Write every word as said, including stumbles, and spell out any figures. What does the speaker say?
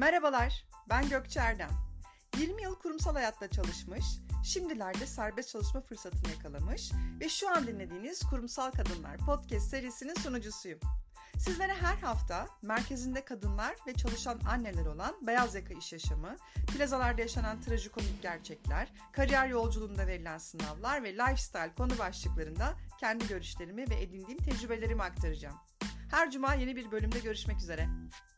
Merhabalar, ben Gökçe Erdem. yirmi yıl kurumsal hayatta çalışmış, şimdilerde serbest çalışma fırsatını yakalamış ve şu an dinlediğiniz Kurumsal Kadınlar podcast serisinin sunucusuyum. Sizlere her hafta merkezinde kadınlar ve çalışan anneler olan beyaz yaka iş yaşamı, plazalarda yaşanan trajikomik gerçekler, kariyer yolculuğunda verilen sınavlar ve lifestyle konu başlıklarında kendi görüşlerimi ve edindiğim tecrübelerimi aktaracağım. Her cuma yeni bir bölümde görüşmek üzere.